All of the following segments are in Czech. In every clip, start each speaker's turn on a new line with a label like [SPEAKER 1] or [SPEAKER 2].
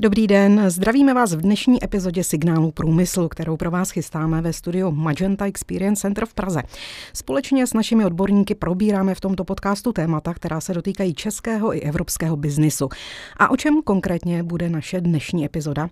[SPEAKER 1] Dobrý den, zdravíme vás v dnešní epizodě Signálu průmyslu, kterou pro vás chystáme ve studiu Magenta Experience Center v Praze. Společně s našimi odborníky probíráme v tomto podcastu témata, která se dotýkají českého i evropského biznisu. A o čem konkrétně bude naše dnešní epizoda?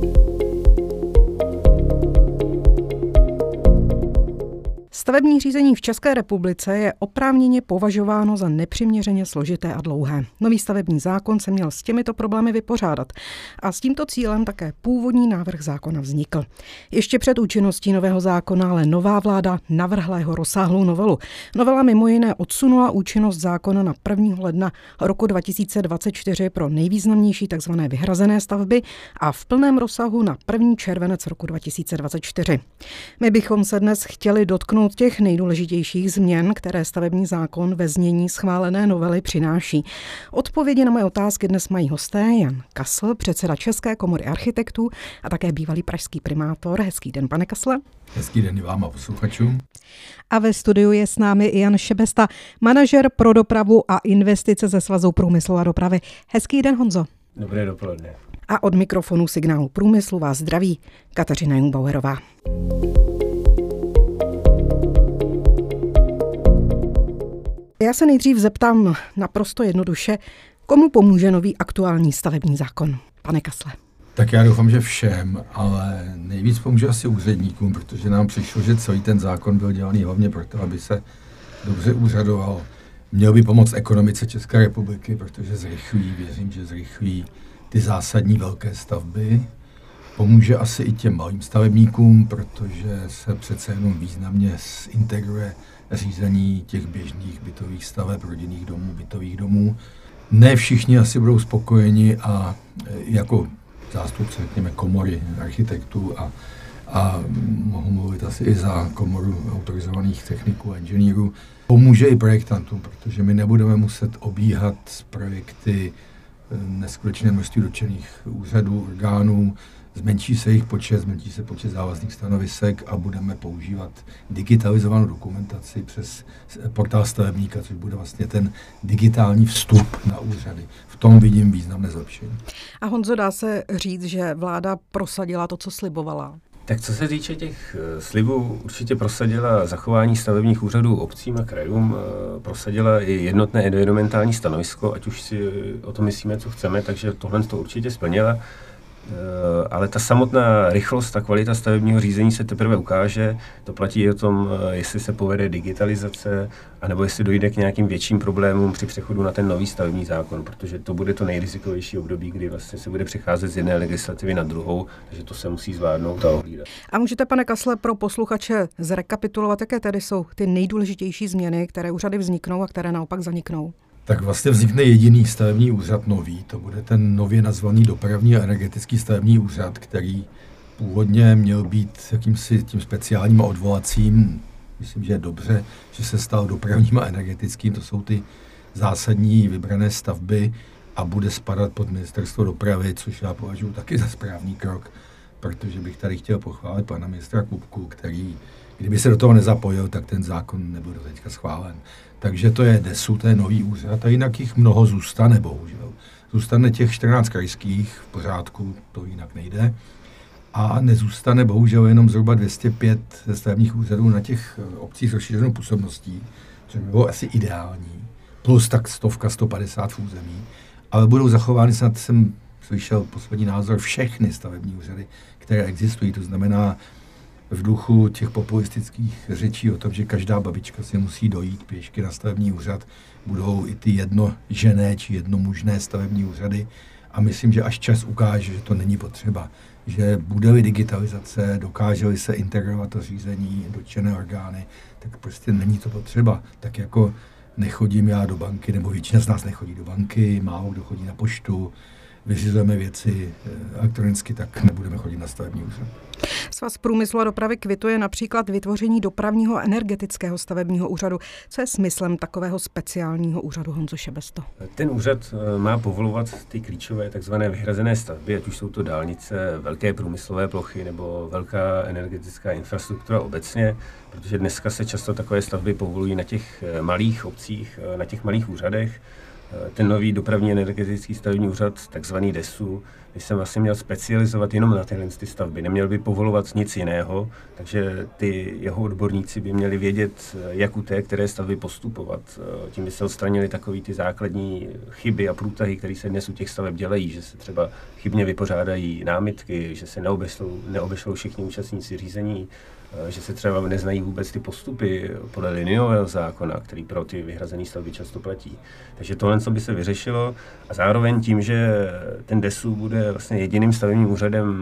[SPEAKER 1] Stavební řízení v České republice je oprávněně považováno za nepřiměřeně složité a dlouhé. Nový stavební zákon se měl s těmito problémy vypořádat a s tímto cílem také původní návrh zákona vznikl. Ještě před účinností nového zákona ale nová vláda navrhla jeho rozsáhlou novelu. Novela mimo jiné odsunula účinnost zákona na 1. ledna roku 2024 pro nejvýznamnější tzv. Vyhrazené stavby a v plném rozsahu na 1. červenec roku 2024. My bychom se dnes chtěli dotknout těch nejdůležitějších změn, které stavební zákon ve znění schválené novely přináší. Odpovědi na moje otázky dnes mají hosté Jan Kasl, předseda České komory architektů a také bývalý pražský primátor. Hezký den, pane Kasle.
[SPEAKER 2] Hezký den i vám a posluchačům.
[SPEAKER 1] A ve studiu je s námi i Jan Šebesta, manažer pro dopravu a investice ze Svazu průmyslu a dopravy. Hezký den, Honzo.
[SPEAKER 3] Dobré dopoledne.
[SPEAKER 1] A od mikrofonu Signálu průmyslu vás zdraví Kateřina Jungbauerová. Já se nejdřív zeptám naprosto jednoduše, komu pomůže nový aktuální stavební zákon? Pane Kasle.
[SPEAKER 2] Tak já doufám, že všem, ale nejvíc pomůže asi úředníkům, protože nám přišlo, že celý ten zákon byl dělaný hlavně proto, aby se dobře úřadoval. Měl by pomoct ekonomice České republiky, protože věřím, že zrychlí ty zásadní velké stavby. Pomůže asi i těm malým stavebníkům, protože se přece jenom významně zintegruje řízení těch běžných bytových staveb, rodinných domů, bytových domů. Ne všichni asi budou spokojeni a jako zástupce, řekněme, komory architektů a mohu mluvit asi i za komoru autorizovaných techniků a inženýrů, pomůže i projektantům, protože my nebudeme muset obíhat z projekty neskutečné množství dotčených úřadů, orgánů, zmenší se jejich počet, zmenší se počet závazných stanovisek a budeme používat digitalizovanou dokumentaci přes portál stavebníka, což bude vlastně ten digitální vstup na úřady. V tom vidím významné zlepšení.
[SPEAKER 1] A Honzo, dá se říct, že vláda prosadila to, co slibovala?
[SPEAKER 3] Tak co se týče těch slibů, určitě prosadila zachování stavebních úřadů obcím a krajům, prosadila i jednotné environmentální stanovisko, ať už si o tom myslíme, co chceme, takže tohle to určitě splnila. Ale ta samotná rychlost, ta kvalita stavebního řízení se teprve ukáže. To platí i o tom, jestli se povede digitalizace, anebo jestli dojde k nějakým větším problémům při přechodu na ten nový stavební zákon, protože to bude to nejrizikovější období, kdy vlastně se bude přecházet z jedné legislativy na druhou, takže to se musí zvládnout a ohlídat.
[SPEAKER 1] A můžete, pane Kasle, pro posluchače zrekapitulovat, jaké tedy jsou ty nejdůležitější změny, které úřady vzniknou a které naopak zaniknou?
[SPEAKER 2] Tak vlastně vznikne jediný stavební úřad nový, to bude ten nově nazvaný dopravní a energetický stavební úřad, který původně měl být jakýmsi tím speciálním a odvolacím. Myslím, že je dobře, že se stal dopravním a energetickým, to jsou ty zásadní vybrané stavby a bude spadat pod ministerstvo dopravy, což já považuji taky za správný krok, protože bych tady chtěl pochválit pana ministra Kupku, který, kdyby se do toho nezapojil, tak ten zákon nebyl do teďka schválen. Takže to je DESÚ, to je nový úřad a jinak jich mnoho zůstane, bohužel. Zůstane těch 14 krajských, v pořádku, to jinak nejde. A nezůstane bohužel jenom zhruba 205 stavebních úřadů na těch obcích s rozšířenou působností, což by bylo asi ideální, plus tak 150 v území. Ale budou zachovány, snad jsem slyšel poslední názor, všechny stavební úřady, které existují, to znamená v duchu těch populistických řečí o tom, že každá babička si musí dojít pěšky na stavební úřad, budou i ty jednožené či jednomužné stavební úřady a myslím, že až čas ukáže, že to není potřeba, že bude-li digitalizace, dokáže-li se integrovat to řízení, dotčené orgány, tak prostě není to potřeba. Tak jako nechodím já do banky, nebo většina z nás nechodí do banky, málo kdo chodí na poštu, vyřizujeme věci elektronicky, tak nebudeme chodit na stavební úřad.
[SPEAKER 1] Svaz průmyslu a dopravy kvituje například vytvoření dopravního a energetického stavebního úřadu. Co je smyslem takového speciálního úřadu, Honzo Šebesto?
[SPEAKER 3] Ten úřad má povolovat ty klíčové takzvané vyhrazené stavby, ať už jsou to dálnice, velké průmyslové plochy nebo velká energetická infrastruktura obecně, protože dneska se často takové stavby povolují na těch malých obcích, na těch malých úřadech. Ten nový dopravní energetický stavební úřad, takzvaný DESÚ, by se vlastně měl specializovat jenom na tyhle stavby, neměl by povolovat nic jiného, takže ty jeho odborníci by měli vědět, jak u té které stavby postupovat. Tím by se odstranili takový ty základní chyby a průtahy, které se dnes u těch staveb dělají, že se třeba chybně vypořádají námitky, že se neobešlou všichni účastníci řízení, že se třeba neznají vůbec ty postupy podle liniového zákona, který pro ty vyhrazené stavby často platí. Takže tohle co by se vyřešilo a zároveň tím, že ten DESÚ bude vlastně jediným stavebním úřadem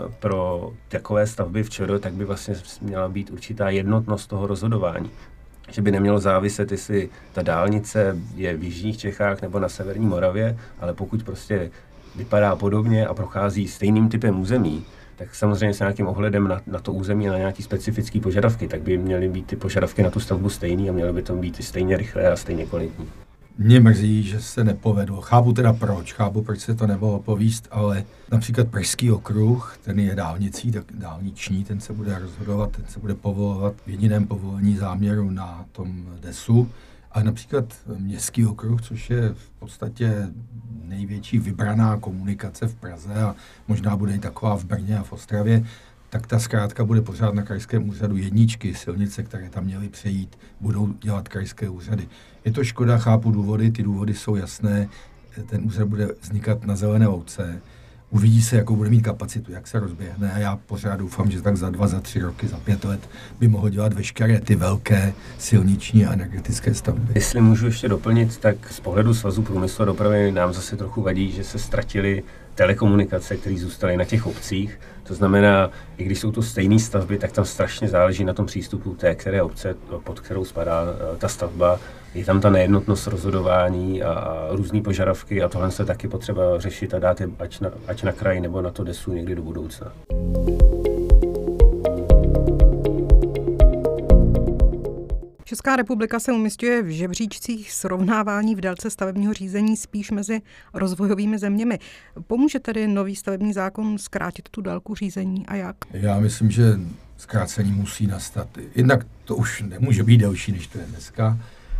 [SPEAKER 3] pro takové stavby v ČR, tak by vlastně měla být určitá jednotnost toho rozhodování. Že by nemělo záviset, jestli ta dálnice je v jižních Čechách nebo na severní Moravě, ale pokud prostě vypadá podobně a prochází stejným typem území, tak samozřejmě s nějakým ohledem na to území a na nějaký specifický požadavky, tak by měly být ty požadavky na tu stavbu stejný a měly by to být i stejně rychlé a stejně kvalitní.
[SPEAKER 2] Mě mrzí, že se nepovedlo. Chápu teda proč se to nemohlo povíst, ale například Pražský okruh, ten je dálnicí, tak dálniční, ten se bude rozhodovat, ten se bude povolovat v jediném povolení záměru na tom DESu. A například Městský okruh, což je v podstatě největší vybraná komunikace v Praze a možná bude i taková v Brně a v Ostravě, tak ta zkrátka bude pořád na krajském úřadu. Jedničky, silnice, které tam měly přejít, budou dělat krajské úřady. Je to škoda, chápu důvody, ty důvody jsou jasné, ten úřad bude vznikat na zelené louce, uvidí se, jakou bude mít kapacitu, jak se rozběhne a já pořád doufám, že tak za 2, za 3 roky, za 5 let by mohl dělat veškeré ty velké silniční a energetické stavby.
[SPEAKER 3] Jestli můžu ještě doplnit, tak z pohledu Svazu průmyslu a dopravy nám zase trochu vadí, že se ztratily telekomunikace, které zůstaly na těch obcích. To znamená, i když jsou to stejné stavby, tak tam strašně záleží na tom přístupu té které obce, pod kterou spadá ta stavba. Je tam ta nejednotnost rozhodování a různý požadavky a tohle se taky potřeba řešit a dát je ať na kraj nebo na to DESu někdy do budoucna.
[SPEAKER 1] Česká republika se umisťuje v žebříčcích srovnávání v délce stavebního řízení spíš mezi rozvojovými zeměmi. Pomůže tedy nový stavební zákon zkrátit tu délku řízení a jak?
[SPEAKER 2] Já myslím, že zkrácení musí nastat. Jednak to už nemůže být delší, než to je dneska.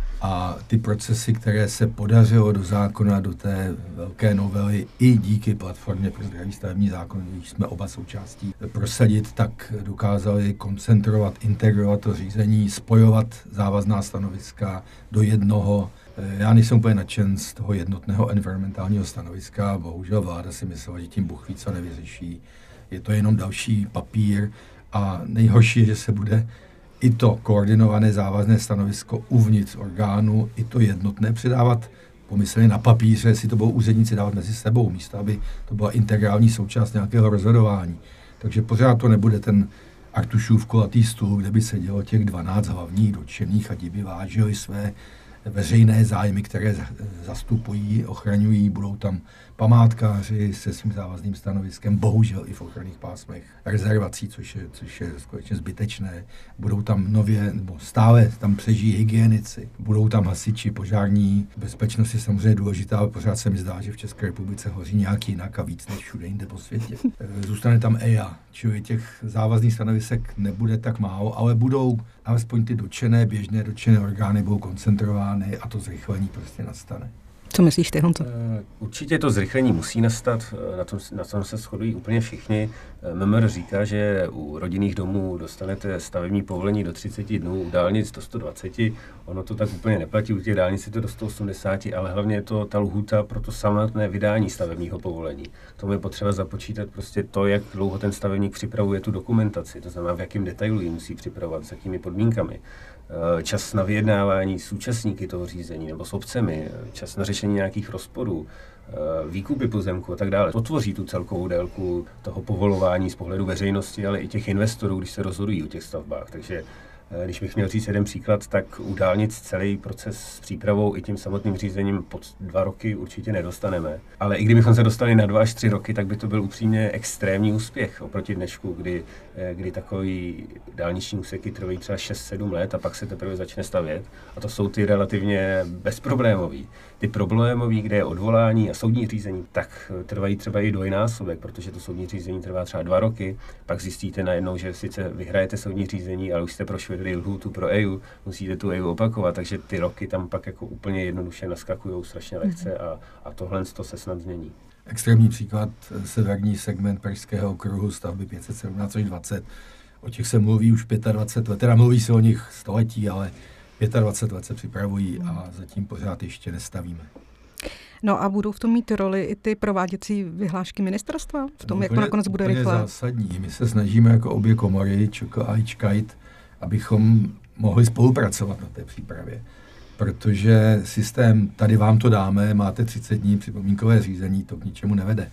[SPEAKER 2] A ty procesy, které se podařilo do zákona, do té velké novely i díky platformě pro zdravý stavební zákon, když jsme oba součástí, prosadit, tak dokázali koncentrovat, integrovat to řízení, spojovat závazná stanoviska do jednoho. Já nejsem úplně nadšen z toho jednotného environmentálního stanoviska, bohužel vláda si myslela, že tím Bůh ví, co nevyřeší. Je to jenom další papír a nejhorší je, že se bude i to koordinované závazné stanovisko uvnitř orgánu, i to jednotné předávat pomyslně na papíře, jestli to budou úředníci dávat mezi sebou, místo aby to byla integrální součást nějakého rozhodování. Takže pořád to nebude ten Artušův kulatý stůl, kde by sedělo těch 12 hlavních dotčených a ti by vážili své veřejné zájmy, které zastupují, ochraňují, budou tam památkáři se svým závazným stanoviskem, bohužel i v ochranných pásmech rezervací, což je skutečně zbytečné. Budou tam nově, nebo stále tam přežijí hygienici, budou tam hasiči, požární. Bezpečnost je samozřejmě důležitá, ale pořád se mi zdá, že v České republice hoří nějak jinak a víc než všude jinde po světě. Zůstane tam EIA, čili těch závazných stanovisek nebude tak málo, ale budou alespoň ty běžné dotčené orgány budou koncentrovány a to zrychlení prostě nastane.
[SPEAKER 1] Co myslíš ty, Honzo?
[SPEAKER 3] Určitě to zrychlení musí nastat, na tom se shodují úplně všichni. MMR říká, že u rodinných domů dostanete stavební povolení do 30 dnů, u dálnic do 120. Ono to tak úplně neplatí, u těch dálnic je to do 180, ale hlavně je to ta lhůta pro to samotné vydání stavebního povolení. K tomu je potřeba započítat prostě to, jak dlouho ten stavebník připravuje tu dokumentaci, to znamená, v jakém detailu ji musí připravovat, s jakými podmínkami. Čas na vyjednávání s účastníky toho řízení nebo s obcemi, čas na řešení nějakých rozporů, výkupy pozemku a tak dále. To tvoří tu celkovou délku toho povolování z pohledu veřejnosti, ale i těch investorů, když se rozhodují o těch stavbách. Takže když bych měl říct jeden příklad, tak u dálnic celý proces s přípravou i tím samotným řízením pod 2 roky určitě nedostaneme. Ale i kdybychom se dostali na 2 až 3 roky, tak by to byl upřímně extrémní úspěch oproti dnešku, kdy takový dálniční úseky trvají třeba 6-7 let a pak se teprve začne stavět. A to jsou ty relativně bezproblémový. Ty problémový, kde je odvolání a soudní řízení, tak trvají třeba i dvojnásobek, protože to soudní řízení trvá třeba 2 roky. Pak zjistíte najednou, že sice vyhrajete soudní řízení, ale už jste prošli lhůtu pro EIA, musíte tu EIA opakovat, takže ty roky tam pak jako úplně jednoduše naskakují strašně lehce a tohle se snad změní.
[SPEAKER 2] Extrémní příklad, severní segment Pražského okruhu, stavby 517 až 20. O těch se mluví už 25 let, teda mluví se o nich století, ale 25 let se připravují a zatím pořád ještě nestavíme.
[SPEAKER 1] No a budou v tom mít roli i ty prováděcí vyhlášky ministerstva? V tom, jak to nakonec bude rychle?
[SPEAKER 2] Zásadní. My se snažíme jako obě komory, ČK a ČKAIT, abychom mohli spolupracovat na té přípravě. Protože systém, tady vám to dáme, máte 30 dní připomínkové řízení, to k ničemu nevede.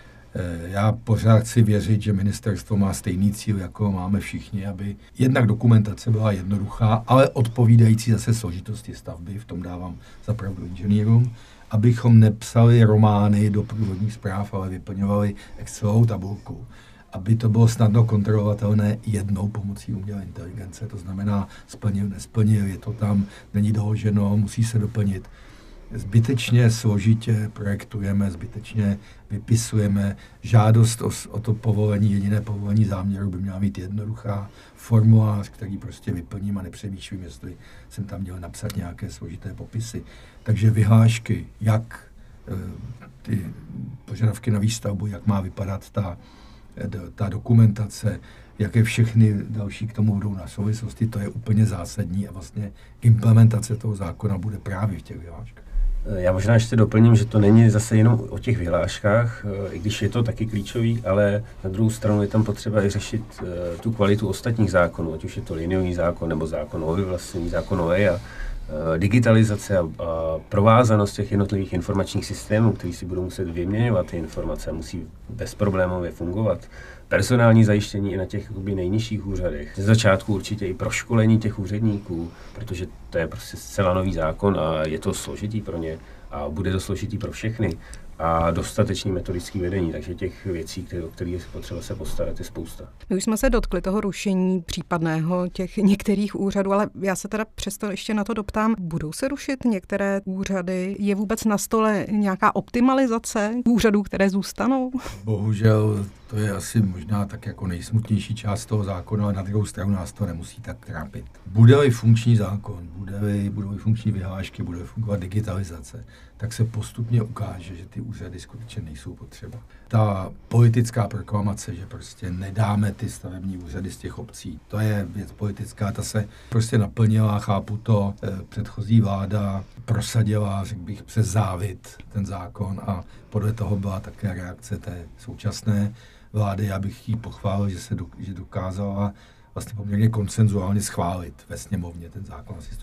[SPEAKER 2] Já pořád chci věřit, že ministerstvo má stejný cíl, jako máme všichni, aby jednak dokumentace byla jednoduchá, ale odpovídající zase složitosti stavby, v tom dávám zapravdu inženýrům, abychom nepsali romány do průvodních zpráv, ale vyplňovali Excelovou tabulku, aby to bylo snadno kontrolovatelné jednou pomocí umělé inteligence, to znamená splnil, nesplnil, je to tam, není doloženo, musí se doplnit. Zbytečně složitě projektujeme, zbytečně vypisujeme. Žádost o to povolení, jediné povolení záměru by měla být jednoduchá. Formulář, který prostě vyplním a nepřemýšlím, jestli jsem tam měl napsat nějaké složité popisy. Takže vyhlášky, jak ty požadavky na výstavbu, jak má vypadat ta dokumentace, jaké všechny další k tomu budou na souvislosti, to je úplně zásadní a vlastně implementace toho zákona bude právě v těch vyhláškách.
[SPEAKER 3] Já možná ještě doplním, že to není zase jenom o těch vyhláškách, i když je to taky klíčový, ale na druhou stranu je tam potřeba i řešit tu kvalitu ostatních zákonů, ať už je to liniový zákon nebo zákon o vyvlastnění, zákon o EIA, digitalizace a provázanost těch jednotlivých informačních systémů, který si budou muset vyměňovat ty informace a musí bezproblémově fungovat. Personální zajištění i na těch nejnižších úřadech. Ze začátku určitě i proškolení těch úředníků, protože to je prostě zcela nový zákon a je to složitý pro ně a bude to složitý pro všechny. A dostatečný metodický vedení, takže těch věcí, o které je potřeba se postarat, je spousta.
[SPEAKER 1] My už jsme se dotkli toho rušení případného těch některých úřadů, ale já se teda přesto ještě na to doptám, budou se rušit některé úřady? Je vůbec na stole nějaká optimalizace úřadů, které zůstanou?
[SPEAKER 2] Bohužel to je asi možná tak jako nejsmutnější část toho zákona, ale na druhou stranu nás to nemusí tak trápit. Bude-li funkční zákon, budou-li funkční vyhlášky, bude fungovat digitalizace, tak se postupně ukáže, že ty úřady skutečně nejsou potřeba. Ta politická proklamace, že prostě nedáme ty stavební úřady z těch obcí, to je věc politická, ta se prostě naplnila, chápu to, předchozí vláda prosadila, řekl bych, přes závit ten zákon a podle toho byla také reakce té současné vlády. Já bych jí pochválil, že dokázala vlastně poměrně konsenzuálně schválit ve sněmovně ten zákon asi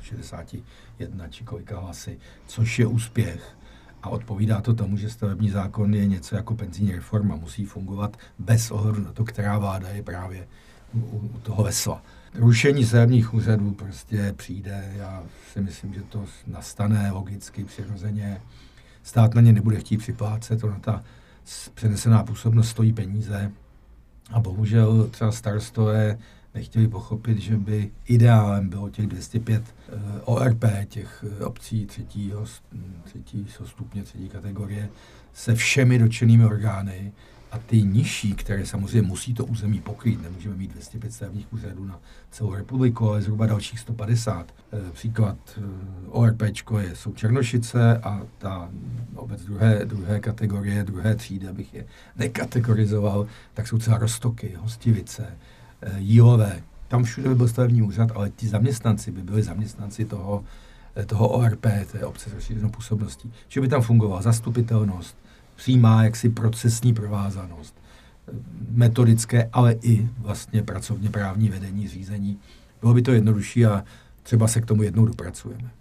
[SPEAKER 2] 161 či kolika hlasy, což je úspěch. A odpovídá to tomu, že stavební zákon je něco jako penzijní reforma, musí fungovat bez ohledu na to, která vláda je právě u toho vesla. Rušení stavebních úřadů prostě přijde, já si myslím, že to nastane logicky, přirozeně. Stát na ně nebude chtít připlácet, ona ta přenesená působnost stojí peníze a bohužel třeba starostové nechtěli pochopit, že by ideálem bylo těch 205 ORP, těch obcí třetího stupně, třetí kategorie, se všemi dotčenými orgány a ty nižší, které samozřejmě musí to území pokrýt, nemůžeme mít 205 stavebních úřadů na celou republiku, ale zhruba dalších 150. Příklad ORPčko jsou Černošice a ta obec druhé kategorie, druhé třídy, abych je nekategorizoval, tak jsou třeba Roztoky, Hostivice, Jílové. Tam všude by byl stavební úřad, ale ti zaměstnanci by byli zaměstnanci toho ORP, té obce s rozšířenou působností. Že by tam fungovala zastupitelnost, přímá jaksi procesní provázanost, metodické, ale i vlastně pracovně právní vedení, řízení. Bylo by to jednodušší a třeba se k tomu jednou dopracujeme.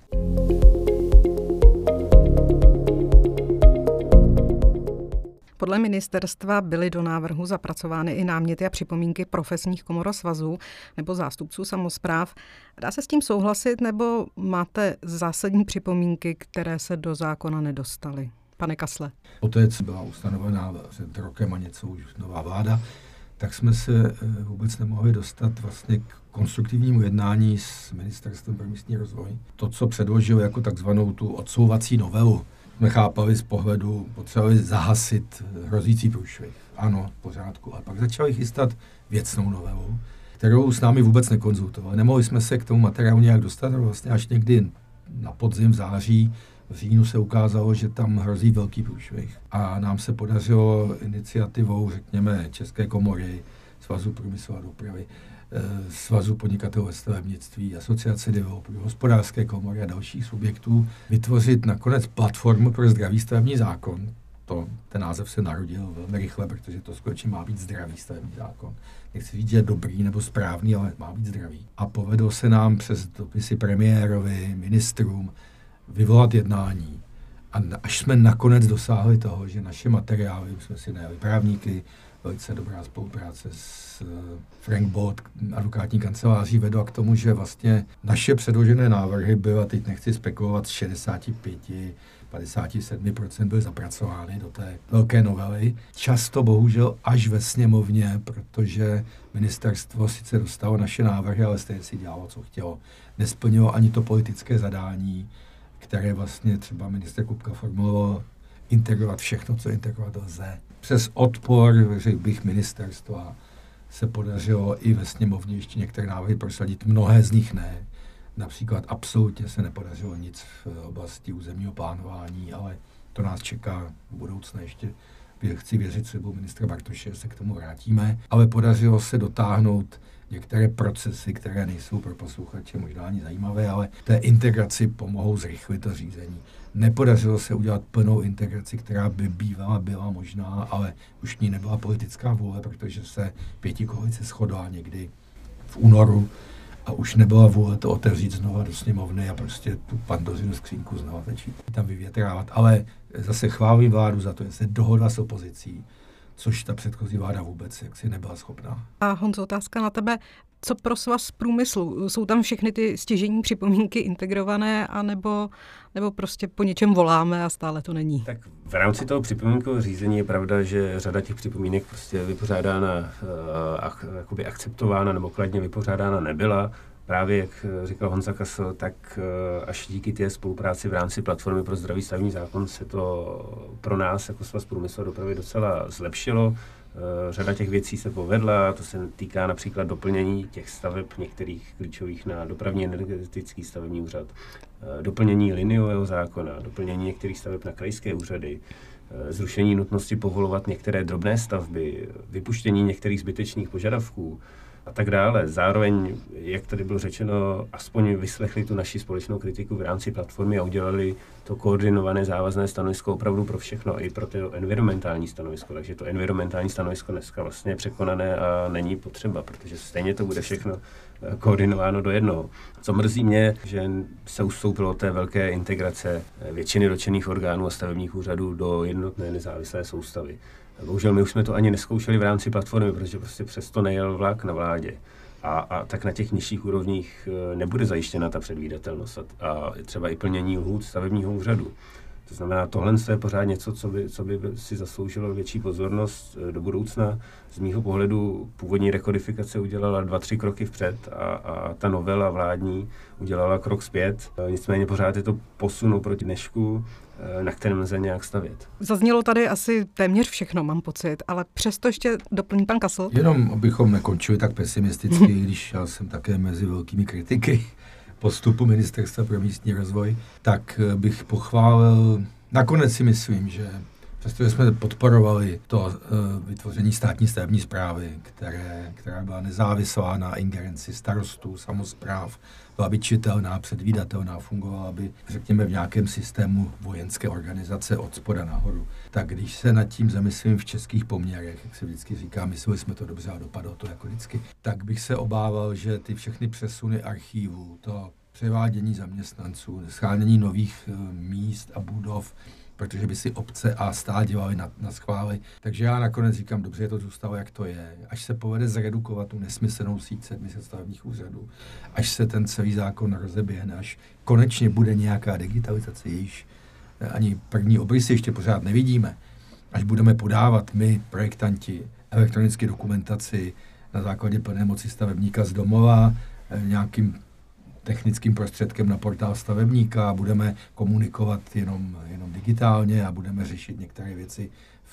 [SPEAKER 1] Podle ministerstva byly do návrhu zapracovány i náměty a připomínky profesních komor a svazů nebo zástupců samospráv. Dá se s tím souhlasit, nebo máte zásadní připomínky, které se do zákona nedostaly? Pane Kasle.
[SPEAKER 2] Poté, co byla ustanovená před rokem a něco už nová vláda, tak jsme se vůbec nemohli dostat vlastně k konstruktivnímu jednání s Ministerstvem pro místní rozvoj. To, co předložil jako takzvanou tu odsouvací novelu, jsme chápali z pohledu, potřebovali zahasit hrozící průšvih. Ano, v pořádku. A pak začali chystat věcnou novelu, kterou s námi vůbec nekonzultovali. Nemohli jsme se k tomu materiálu nějak dostat, vlastně až někdy na podzim, v září V říjnu se ukázalo, že tam hrozí velký průšvih. A nám se podařilo iniciativou, řekněme, České komory, Svazu průmyslu a dopravy, Svazu podnikatelů ve stavebnictví, Asociace developerů, Hospodářské komory a dalších subjektů vytvořit nakonec platformu pro zdravý stavební zákon. Ten název se narodil velmi rychle, protože to skutečně má být zdravý stavební zákon. Nechci říct, že je dobrý nebo správný, ale má být zdravý. A povedlo se nám přes dopisy premiérovi, ministrům vyvolat jednání. A až jsme nakonec dosáhli toho, že naše materiály, už jsme si najali právníky, velice dobrá spolupráce s Frank Bold, advokátní kanceláří, vedla k tomu, že vlastně naše předložené návrhy byly, a teď nechci spekulovat, z 65-57% byly zapracovány do té velké novely. Často bohužel až ve sněmovně, protože ministerstvo sice dostalo naše návrhy, ale stejně si dělalo, co chtělo. Nesplnilo ani to politické zadání, které vlastně třeba ministr Kupka formuloval, integrovat všechno, co integrovat lze. Přes odpor, řekl bych, ministerstva se podařilo i ve sněmovně ještě některé návrhy prosadit, mnohé z nich ne. Například absolutně se nepodařilo nic v oblasti územního plánování, ale to nás čeká v budoucnu ještě. Chci věřit slibu ministra Bartoše, se k tomu vrátíme, ale podařilo se dotáhnout některé procesy, které nejsou pro posluchače možná ani zajímavé, ale té integraci pomohou zrychlit to řízení. Nepodařilo se udělat plnou integraci, která by bývala byla možná, ale už ní nebyla politická vůle, protože se pětikoalice shodla někdy v únoru a už nebyla vůle to otevřít znova do sněmovny a prostě tu Pandořinu skřínku znova začít tam vyvětrávat. Ale zase chválím vládu za to, že se dohodla s opozicí, což ta předchozí vláda vůbec jaksi nebyla schopná.
[SPEAKER 1] A Honzo, otázka na tebe. Co pro Svaz průmyslu? Jsou tam všechny ty stěžejní připomínky integrované, anebo prostě po něčem voláme a stále to není?
[SPEAKER 3] Tak v rámci toho připomínkového řízení je pravda, že řada těch připomínek prostě vypořádána, jakoby akceptována nebo kladně vypořádána nebyla. Právě, jak říkal Honza Kasl, tak až díky té spolupráci v rámci platformy pro zdravý stavební zákon se to pro nás jako Svaz průmyslu a dopravy docela zlepšilo. Řada těch věcí se povedla, to se týká například doplnění těch staveb některých klíčových na dopravní energetický stavební úřad, doplnění liniového zákona, doplnění některých staveb na krajské úřady, zrušení nutnosti povolovat některé drobné stavby, vypuštění některých zbytečných požadavků a tak dále. Zároveň, jak tady bylo řečeno, aspoň vyslechli tu naši společnou kritiku v rámci platformy a udělali to koordinované závazné stanovisko opravdu pro všechno, i pro to environmentální stanovisko. Takže to environmentální stanovisko dneska vlastně je překonané a není potřeba, protože stejně to bude všechno koordinováno do jednoho. Co mrzí mě, že se ustoupilo té velké integrace většiny dotčených orgánů a stavebních úřadů do jednotné nezávislé soustavy. Bohužel my už jsme to ani neskoušeli v rámci platformy, protože prostě přesto nejel vlak na vládě. A tak na těch nižších úrovních nebude zajištěna ta předvídatelnost a třeba i plnění lhůt stavebního úřadu. To znamená, tohle je pořád něco, co by si zasloužilo větší pozornost do budoucna. Z mýho pohledu původní rekodifikace udělala 2-3 kroky vpřed a ta novela vládní udělala krok zpět. Nicméně pořád je to posun oproti dnešku, na kterém lze nějak stavět.
[SPEAKER 1] Zaznělo tady asi téměř všechno, mám pocit, ale přesto ještě doplní pan Kasl.
[SPEAKER 2] Jenom abychom nekončili tak pesimisticky, když já jsem také mezi velkými kritiky postupu Ministerstva pro místní rozvoj, tak bych pochválil, nakonec si myslím, že přestože jsme podporovali to vytvoření státní stavební správy, která byla nezávislá na ingerenci starostů, samospráv, byla by čitelná, předvídatelná, fungovala by, řekněme, v nějakém systému vojenské organizace od spoda nahoru. Tak když se nad tím zamyslím v českých poměrech, jak se vždycky říká, mysleli jsme to dobře a dopadlo to jako vždycky, tak bych se obával, že ty všechny přesuny archívů, to převádění zaměstnanců, schánění nových míst a budov, protože by si obce a stát dělali na schvály. Takže já nakonec říkám, dobře, to zůstalo, jak to je. Až se povede zredukovat tu nesmyslnou síť 700 stavebních úřadů, až se ten celý zákon rozeběhne, až konečně bude nějaká digitalizace, jejíž ani první obrysy ještě pořád nevidíme, až budeme podávat my, projektanti, elektronické dokumentaci na základě plné moci stavebníka z domova, nějakým technickým prostředkem na portál stavebníka, budeme komunikovat jenom digitálně a budeme řešit některé věci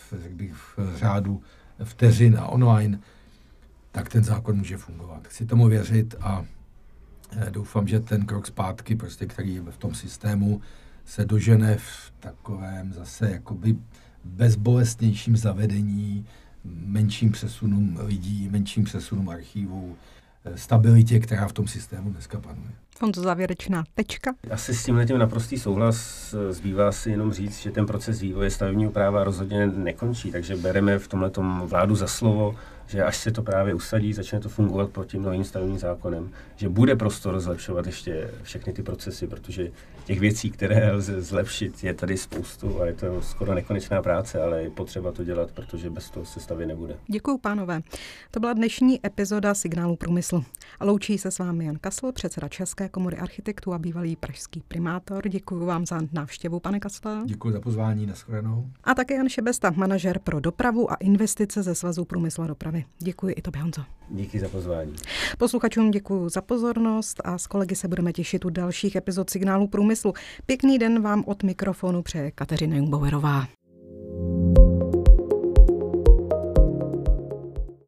[SPEAKER 2] v řádu vteřin a online, tak ten zákon může fungovat. Chci tomu věřit a doufám, že ten krok zpátky, prostě, který je v tom systému, se dožene v takovém zase jakoby bezbolestnějším zavedení, menším přesunům lidí, menším přesunům archívů, stabilitě, která v tom systému dneska panuje.
[SPEAKER 1] Honzo, závěrečná tečka.
[SPEAKER 3] Asi s tímhletím naprostý souhlas. Zbývá si jenom říct, že ten proces vývoje stavebního práva rozhodně nekončí, takže bereme v tomhletom vládu za slovo, že až se to právě usadí, začne to fungovat pod tím novým stavebním zákonem, že bude prostor zlepšovat ještě všechny ty procesy, protože těch věcí, které lze zlepšit, je tady spoustu a je to skoro nekonečná práce, ale je potřeba to dělat, protože bez toho se stavět nebude.
[SPEAKER 1] Děkuju, pánové. To byla dnešní epizoda Signálu průmyslu. A loučí se s vámi Jan Kasl, předseda České komory architektů a bývalý pražský primátor. Děkuji vám za návštěvu, pane Kasle.
[SPEAKER 2] Děkuji za pozvání, nashledanou.
[SPEAKER 1] A také Jan Šebesta, manažer pro dopravu a investice ze Svazu průmyslu a dopravy. Děkuji i tobě, Honzo.
[SPEAKER 3] Díky za pozvání.
[SPEAKER 1] Posluchačům děkuji za pozornost a s kolegy se budeme těšit u dalších epizod Signálu průmyslu. Pěkný den vám od mikrofonu přeje Kateřina Jungbauerová.